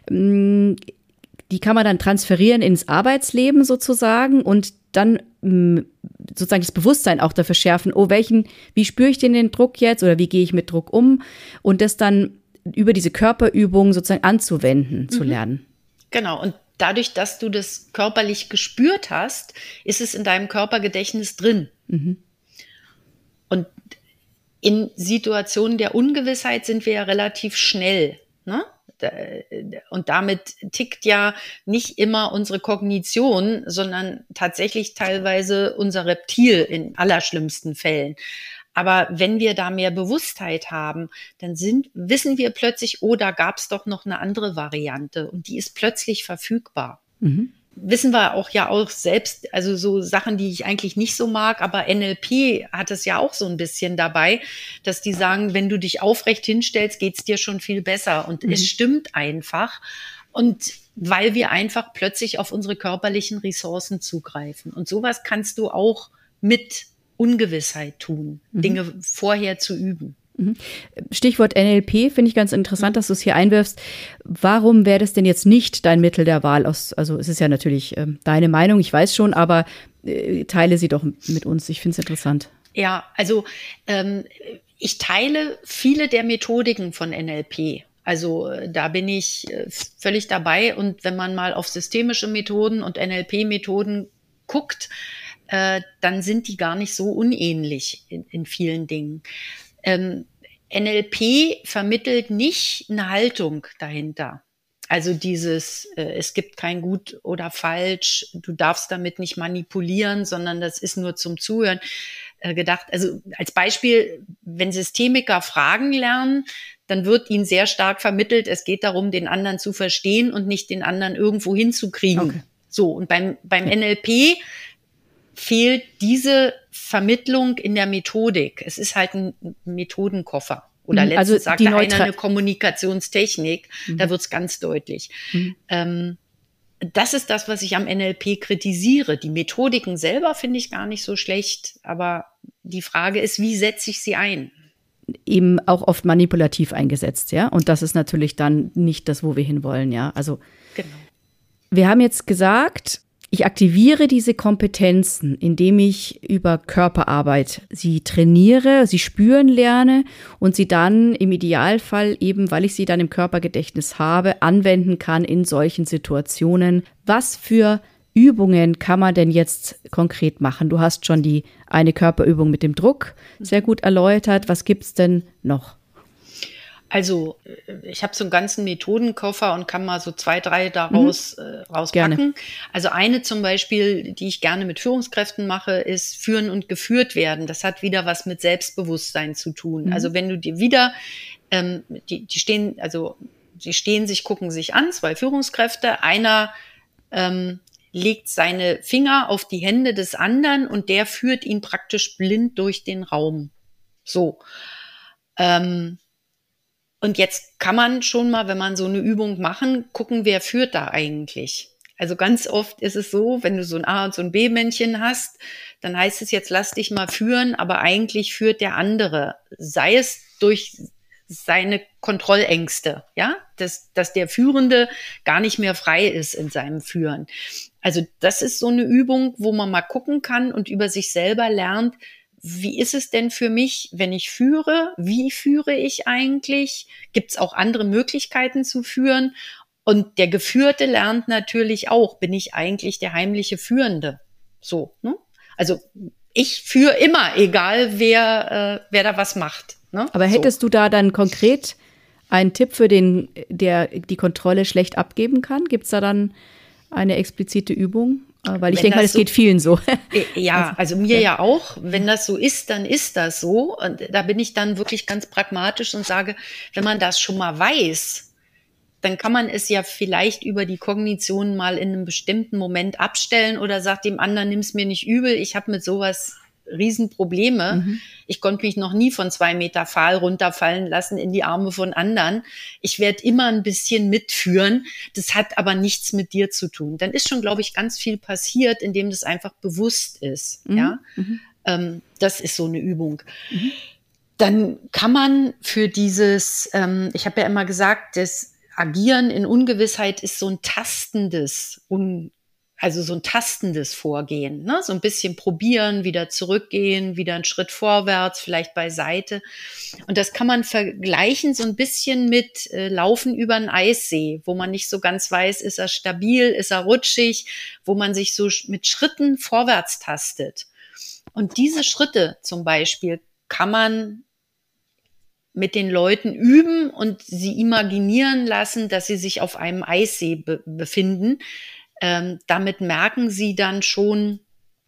die kann man dann transferieren ins Arbeitsleben sozusagen und dann sozusagen das Bewusstsein auch dafür schärfen, oh, wie spüre ich denn den Druck jetzt oder wie gehe ich mit Druck um und das dann über diese Körperübungen sozusagen anzuwenden, zu lernen. Genau, und dadurch, dass du das körperlich gespürt hast, ist es in deinem Körpergedächtnis drin. Mhm. Und in Situationen der Ungewissheit sind wir ja relativ schnell, ne? Und damit tickt ja nicht immer unsere Kognition, sondern tatsächlich teilweise unser Reptil in allerschlimmsten Fällen. Aber wenn wir da mehr Bewusstheit haben, dann wissen wir plötzlich, oh, da gab es doch noch eine andere Variante und die ist plötzlich verfügbar. Mhm. Wissen wir auch ja auch selbst, also so Sachen, die ich eigentlich nicht so mag, aber NLP hat es ja auch so ein bisschen dabei, dass die sagen, wenn du dich aufrecht hinstellst, geht's dir schon viel besser. Und es stimmt einfach. Und weil wir einfach plötzlich auf unsere körperlichen Ressourcen zugreifen. Und sowas kannst du auch mit Ungewissheit tun, Dinge vorher zu üben. Stichwort NLP finde ich ganz interessant, dass du es hier einwirfst. Warum wäre das denn jetzt nicht dein Mittel der Wahl? Also es ist ja natürlich deine Meinung, ich weiß schon, aber teile sie doch mit uns. Ich finde es interessant. Ja, also ich teile viele der Methodiken von NLP. Also da bin ich völlig dabei. Und wenn man mal auf systemische Methoden und NLP-Methoden guckt, dann sind die gar nicht so unähnlich in vielen Dingen. NLP vermittelt nicht eine Haltung dahinter. Also es gibt kein Gut oder Falsch, du darfst damit nicht manipulieren, sondern das ist nur zum Zuhören gedacht. Also als Beispiel, wenn Systemiker Fragen lernen, dann wird ihnen sehr stark vermittelt, es geht darum, den anderen zu verstehen und nicht den anderen irgendwo hinzukriegen. Okay. So, und beim NLP fehlt diese Vermittlung in der Methodik. Es ist halt ein Methodenkoffer. Oder letztens sagte einer eine Kommunikationstechnik. Da wird es ganz deutlich. Das ist das, was ich am NLP kritisiere. Die Methodiken selber finde ich gar nicht so schlecht. Aber die Frage ist, wie setze ich sie ein? Eben auch oft manipulativ eingesetzt, ja. Und das ist natürlich dann nicht das, wo wir hinwollen, ja. Also genau. Wir haben jetzt gesagt, Ich aktiviere diese Kompetenzen, indem ich über Körperarbeit sie trainiere, sie spüren lerne und sie dann im Idealfall eben, weil ich sie dann im Körpergedächtnis habe, anwenden kann in solchen Situationen. Was für Übungen kann man denn jetzt konkret machen? Du hast schon die eine Körperübung mit dem Druck sehr gut erläutert. Was gibt's denn noch? Also ich habe so einen ganzen Methodenkoffer und kann mal so 2, 3 daraus rauspacken. Gerne. Also eine zum Beispiel, die ich gerne mit Führungskräften mache, ist führen und geführt werden. Das hat wieder was mit Selbstbewusstsein zu tun. Also wenn du dir wieder, die stehen sich, gucken sich an, 2 Führungskräfte, einer legt seine Finger auf die Hände des anderen und der führt ihn praktisch blind durch den Raum. So. Und jetzt kann man schon mal, wenn man so eine Übung machen, gucken, wer führt da eigentlich. Also ganz oft ist es so, wenn du so ein A- und so ein B-Männchen hast, dann heißt es jetzt, lass dich mal führen, aber eigentlich führt der andere. Sei es durch seine Kontrollängste, ja, dass der Führende gar nicht mehr frei ist in seinem Führen. Also das ist so eine Übung, wo man mal gucken kann und über sich selber lernt, wie ist es denn für mich, wenn ich führe? Wie führe ich eigentlich? Gibt es auch andere Möglichkeiten zu führen? Und der Geführte lernt natürlich auch, bin ich eigentlich der heimliche Führende? So, ne? Also ich führe immer, egal wer da was macht. Ne? Aber hättest du da dann konkret einen Tipp für den, der die Kontrolle schlecht abgeben kann? Gibt es da dann eine explizite Übung? Weil ich denke mal, es geht vielen so. Ja, also mir ja auch. Wenn das so ist, dann ist das so. Und da bin ich dann wirklich ganz pragmatisch und sage, wenn man das schon mal weiß, dann kann man es ja vielleicht über die Kognition mal in einem bestimmten Moment abstellen oder sagt dem anderen, nimm's mir nicht übel, ich habe mit sowas Riesenprobleme. Ich konnte mich noch nie von 2 Meter Pfahl runterfallen lassen in die Arme von anderen. Ich werde immer ein bisschen mitführen. Das hat aber nichts mit dir zu tun. Dann ist schon, glaube ich, ganz viel passiert, indem das einfach bewusst ist. Ja, das ist so eine Übung. Dann kann man für dieses, ich habe ja immer gesagt, das Agieren in Ungewissheit ist so ein tastendes, so ein tastendes Vorgehen, ne? So ein bisschen probieren, wieder zurückgehen, wieder einen Schritt vorwärts, vielleicht beiseite. Und das kann man vergleichen so ein bisschen mit Laufen über einen Eissee, wo man nicht so ganz weiß, ist er stabil, ist er rutschig, wo man sich so mit Schritten vorwärts tastet. Und diese Schritte zum Beispiel kann man mit den Leuten üben und sie imaginieren lassen, dass sie sich auf einem Eissee befinden. Damit merken sie dann schon,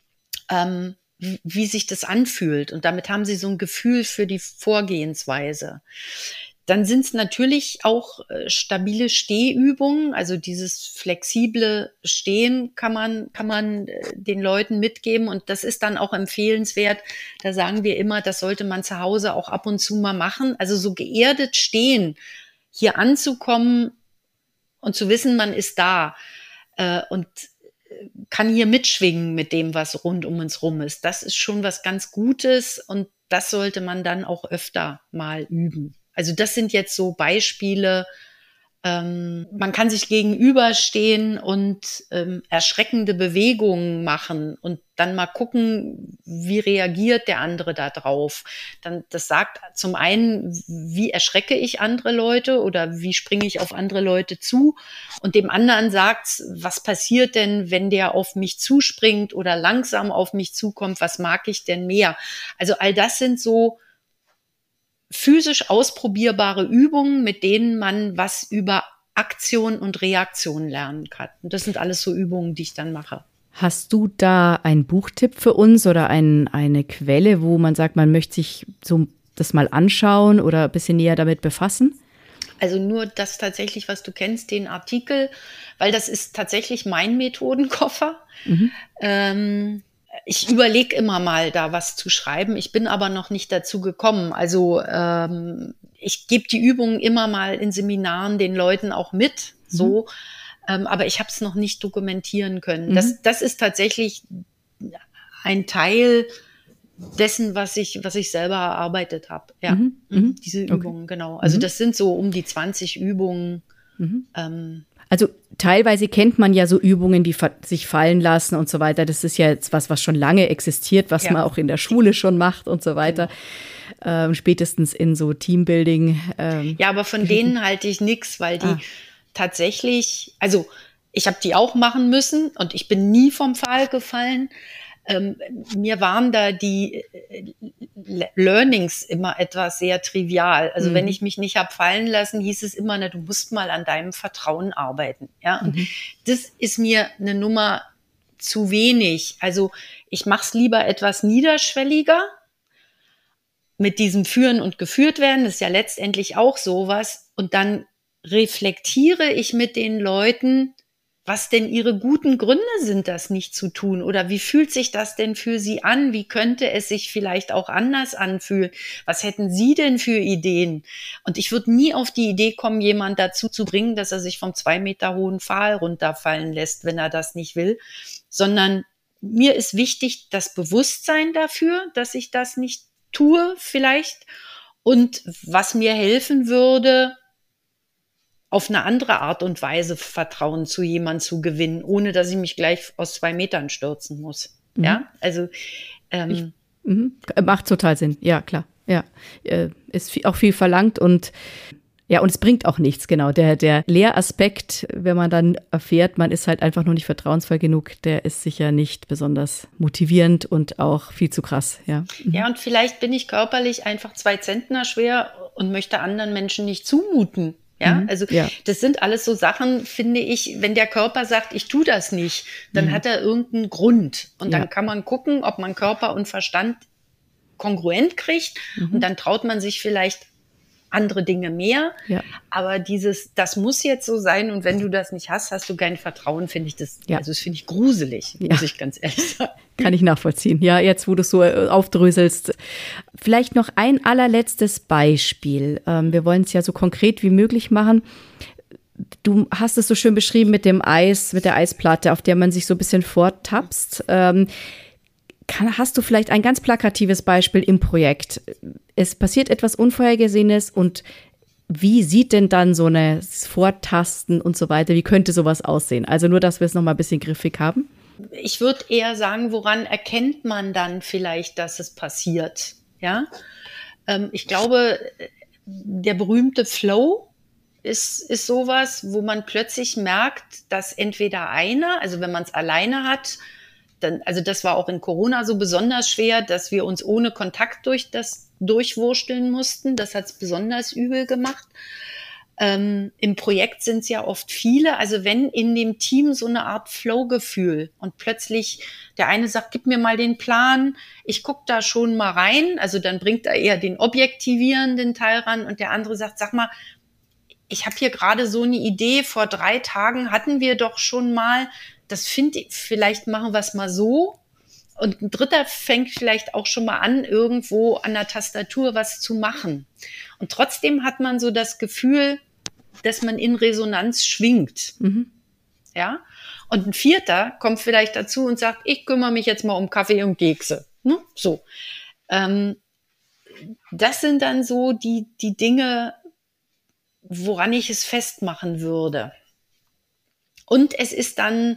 wie sich das anfühlt. Und damit haben sie so ein Gefühl für die Vorgehensweise. Dann sind es natürlich auch stabile Stehübungen, also dieses flexible Stehen kann man den Leuten mitgeben und das ist dann auch empfehlenswert. Da sagen wir immer, das sollte man zu Hause auch ab und zu mal machen. Also so geerdet stehen, hier anzukommen und zu wissen, man ist da und kann hier mitschwingen mit dem, was rund um uns rum ist. Das ist schon was ganz Gutes und das sollte man dann auch öfter mal üben. Also das sind jetzt so Beispiele. Man kann sich gegenüberstehen und erschreckende Bewegungen machen und dann mal gucken, wie reagiert der andere da drauf. Dann, das sagt zum einen, wie erschrecke ich andere Leute oder wie springe ich auf andere Leute zu und dem anderen sagt, was passiert denn, wenn der auf mich zuspringt oder langsam auf mich zukommt, was mag ich denn mehr? Also all das sind so physisch ausprobierbare Übungen, mit denen man was über Aktion und Reaktion lernen kann. Und das sind alles so Übungen, die ich dann mache. Hast du da einen Buchtipp für uns oder eine Quelle, wo man sagt, man möchte sich so das mal anschauen oder ein bisschen näher damit befassen? Also nur das tatsächlich, was du kennst, den Artikel, weil das ist tatsächlich mein Methodenkoffer. Ich überlege immer mal, da was zu schreiben. Ich bin aber noch nicht dazu gekommen. Also ich gebe die Übungen immer mal in Seminaren den Leuten auch mit, so. Aber ich habe es noch nicht dokumentieren können. Das ist tatsächlich ein Teil dessen, was ich selber erarbeitet habe. Ja, diese Übungen, genau. Also das sind so um die 20 Übungen. Also teilweise kennt man ja so Übungen wie sich fallen lassen und so weiter. Das ist ja jetzt was schon lange existiert, was man auch in der Schule schon macht und so weiter. Spätestens in so Teambuilding. Ja, aber von denen halte ich nichts, weil die tatsächlich, also ich habe die auch machen müssen und ich bin nie vom Pfahl gefallen. Mir waren da die Learnings immer etwas sehr trivial. Also wenn ich mich nicht habe fallen lassen, hieß es immer, du musst mal an deinem Vertrauen arbeiten. Ja, und das ist mir eine Nummer zu wenig. Also ich mache es lieber etwas niederschwelliger mit diesem Führen und geführt werden. Das ist ja letztendlich auch sowas. Und dann reflektiere ich mit den Leuten, was denn ihre guten Gründe sind, das nicht zu tun, oder wie fühlt sich das denn für sie an? Wie könnte es sich vielleicht auch anders anfühlen? Was hätten sie denn für Ideen? Und ich würde nie auf die Idee kommen, jemand dazu zu bringen, dass er sich vom 2 Meter hohen Pfahl runterfallen lässt, wenn er das nicht will, sondern mir ist wichtig das Bewusstsein dafür, dass ich das nicht tue vielleicht, und was mir helfen würde, auf eine andere Art und Weise Vertrauen zu jemandem zu gewinnen, ohne dass ich mich gleich aus 2 Metern stürzen muss. Ja, also macht total Sinn. Ja, klar. Ja, ist auch viel verlangt und es bringt auch nichts, genau. Der Lehraspekt, wenn man dann erfährt, man ist halt einfach noch nicht vertrauensvoll genug, der ist sicher nicht besonders motivierend und auch viel zu krass. Ja, ja, und vielleicht bin ich körperlich einfach 2 Zentner schwer und möchte anderen Menschen nicht zumuten. Ja, also das sind alles so Sachen, finde ich, wenn der Körper sagt, ich tue das nicht, dann hat er irgendeinen Grund. Und dann kann man gucken, ob man Körper und Verstand kongruent kriegt. Und dann traut man sich vielleicht andere Dinge mehr. Ja. Aber das muss jetzt so sein. Und wenn du das nicht hast, hast du kein Vertrauen, finde ich das. Ja. Also das finde ich gruselig, muss ich ganz ehrlich sagen. Kann ich nachvollziehen. Ja, jetzt, wo du es so aufdröselst. Vielleicht noch ein allerletztes Beispiel. Wir wollen es ja so konkret wie möglich machen. Du hast es so schön beschrieben mit dem Eis, mit der Eisplatte, auf der man sich so ein bisschen vortapst. Hast du vielleicht ein ganz plakatives Beispiel im Projekt? Es passiert etwas Unvorhergesehenes und wie sieht denn dann so eine Vortasten und so weiter, wie könnte sowas aussehen? Also nur, dass wir es noch mal ein bisschen griffig haben. Ich würde eher sagen, woran erkennt man dann vielleicht, dass es passiert? Ja, ich glaube, der berühmte Flow ist sowas, wo man plötzlich merkt, dass entweder einer, also wenn man es alleine hat, also das war auch in Corona so besonders schwer, dass wir uns ohne Kontakt durchwursteln mussten. Das hat es besonders übel gemacht. Im Projekt sind es ja oft viele. Also wenn in dem Team so eine Art Flow-Gefühl und plötzlich der eine sagt, gib mir mal den Plan, ich gucke da schon mal rein. Also dann bringt er eher den objektivierenden Teil ran und der andere sagt, sag mal, ich habe hier gerade so eine Idee, vor 3 Tagen hatten wir doch schon mal, das finde ich, vielleicht machen wir es mal so. Und ein dritter fängt vielleicht auch schon mal an, irgendwo an der Tastatur was zu machen. Und trotzdem hat man so das Gefühl, dass man in Resonanz schwingt. Ja? Und ein vierter kommt vielleicht dazu und sagt, ich kümmere mich jetzt mal um Kaffee und Kekse. Ne? So. Das sind dann so die Dinge, woran ich es festmachen würde. Und es ist dann,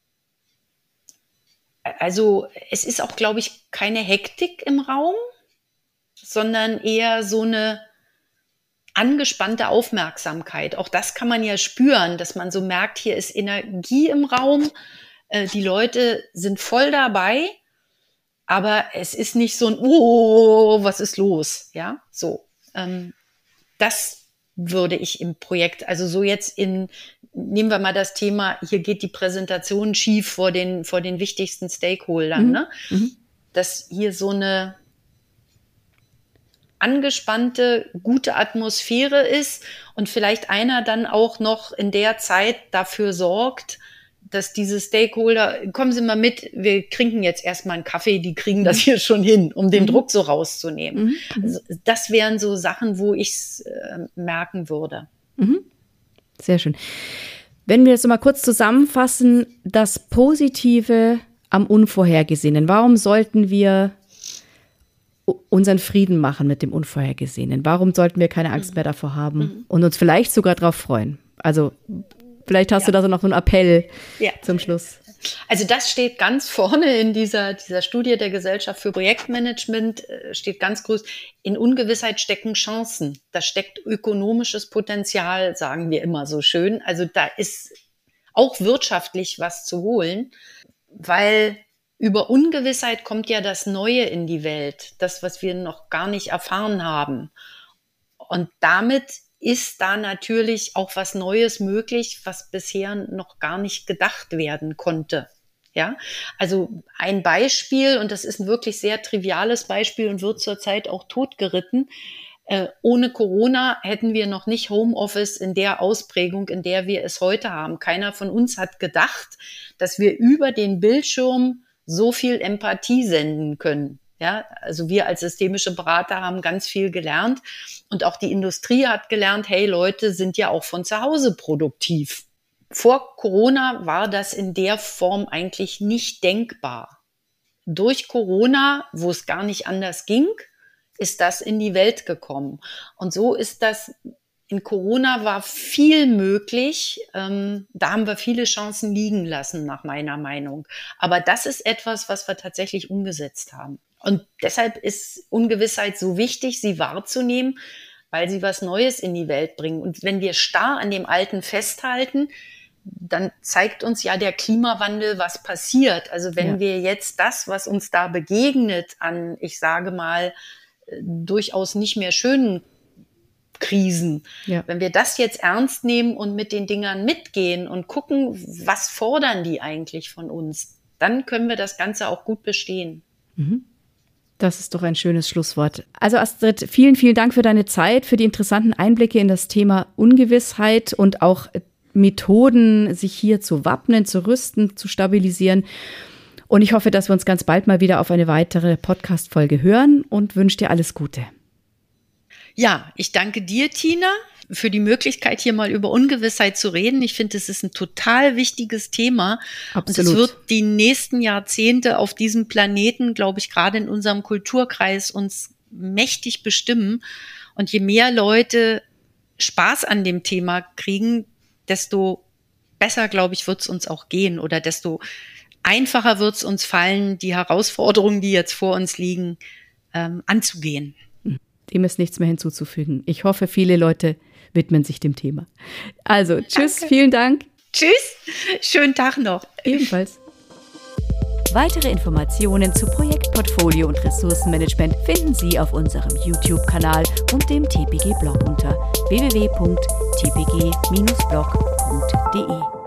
also es ist auch, glaube ich, keine Hektik im Raum, sondern eher so eine angespannte Aufmerksamkeit. Auch das kann man ja spüren, dass man so merkt, hier ist Energie im Raum, die Leute sind voll dabei, aber es ist nicht so ein, oh, was ist los? Ja, so. Das würde ich im Projekt, also so jetzt nehmen wir mal das Thema, hier geht die Präsentation schief vor den wichtigsten Stakeholdern, ne? Dass hier so eine angespannte, gute Atmosphäre ist und vielleicht einer dann auch noch in der Zeit dafür sorgt, dass diese Stakeholder, kommen Sie mal mit, wir trinken jetzt erstmal einen Kaffee, die kriegen das hier schon hin, um den Druck so rauszunehmen. Also das wären so Sachen, wo ich es merken würde. Sehr schön. Wenn wir jetzt mal kurz zusammenfassen, das Positive am Unvorhergesehenen. Warum sollten wir unseren Frieden machen mit dem Unvorhergesehenen? Warum sollten wir keine Angst mehr davor haben und uns vielleicht sogar darauf freuen? Also Vielleicht hast du da so noch so einen Appell zum Schluss. Also das steht ganz vorne in dieser Studie der Gesellschaft für Projektmanagement, steht ganz groß, in Ungewissheit stecken Chancen. Da steckt ökonomisches Potenzial, sagen wir immer so schön. Also da ist auch wirtschaftlich was zu holen, weil über Ungewissheit kommt ja das Neue in die Welt, das, was wir noch gar nicht erfahren haben. Und damit ist da natürlich auch was Neues möglich, was bisher noch gar nicht gedacht werden konnte. Ja, also ein Beispiel, und das ist ein wirklich sehr triviales Beispiel und wird zurzeit auch totgeritten. Ohne Corona hätten wir noch nicht Homeoffice in der Ausprägung, in der wir es heute haben. Keiner von uns hat gedacht, dass wir über den Bildschirm so viel Empathie senden können. Ja, also wir als systemische Berater haben ganz viel gelernt und auch die Industrie hat gelernt, hey, Leute sind ja auch von zu Hause produktiv. Vor Corona war das in der Form eigentlich nicht denkbar. Durch Corona, wo es gar nicht anders ging, ist das in die Welt gekommen. Und so ist das, in Corona war viel möglich, da haben wir viele Chancen liegen lassen, nach meiner Meinung. Aber das ist etwas, was wir tatsächlich umgesetzt haben. Und deshalb ist Ungewissheit so wichtig, sie wahrzunehmen, weil sie was Neues in die Welt bringen. Und wenn wir starr an dem Alten festhalten, dann zeigt uns ja der Klimawandel, was passiert. Also wenn wir jetzt das, was uns da begegnet, an, ich sage mal, durchaus nicht mehr schönen Krisen, wenn wir das jetzt ernst nehmen und mit den Dingern mitgehen und gucken, was fordern die eigentlich von uns, dann können wir das Ganze auch gut bestehen. Das ist doch ein schönes Schlusswort. Also Astrid, vielen, vielen Dank für deine Zeit, für die interessanten Einblicke in das Thema Ungewissheit und auch Methoden, sich hier zu wappnen, zu rüsten, zu stabilisieren. Und ich hoffe, dass wir uns ganz bald mal wieder auf eine weitere Podcast-Folge hören und wünsche dir alles Gute. Ja, ich danke dir, Tina, für die Möglichkeit, hier mal über Ungewissheit zu reden. Ich finde, es ist ein total wichtiges Thema. Absolut. Und es wird die nächsten Jahrzehnte auf diesem Planeten, glaube ich, gerade in unserem Kulturkreis uns mächtig bestimmen. Und je mehr Leute Spaß an dem Thema kriegen, desto besser, glaube ich, wird es uns auch gehen oder desto einfacher wird es uns fallen, die Herausforderungen, die jetzt vor uns liegen, anzugehen. Dem ist nichts mehr hinzuzufügen. Ich hoffe, viele Leute widmen sich dem Thema. Also, tschüss, danke. Vielen Dank. Tschüss, schönen Tag noch. Ebenfalls. Weitere Informationen zu Projektportfolio und Ressourcenmanagement finden Sie auf unserem YouTube-Kanal und dem TPG-Blog unter www.tpg-blog.de.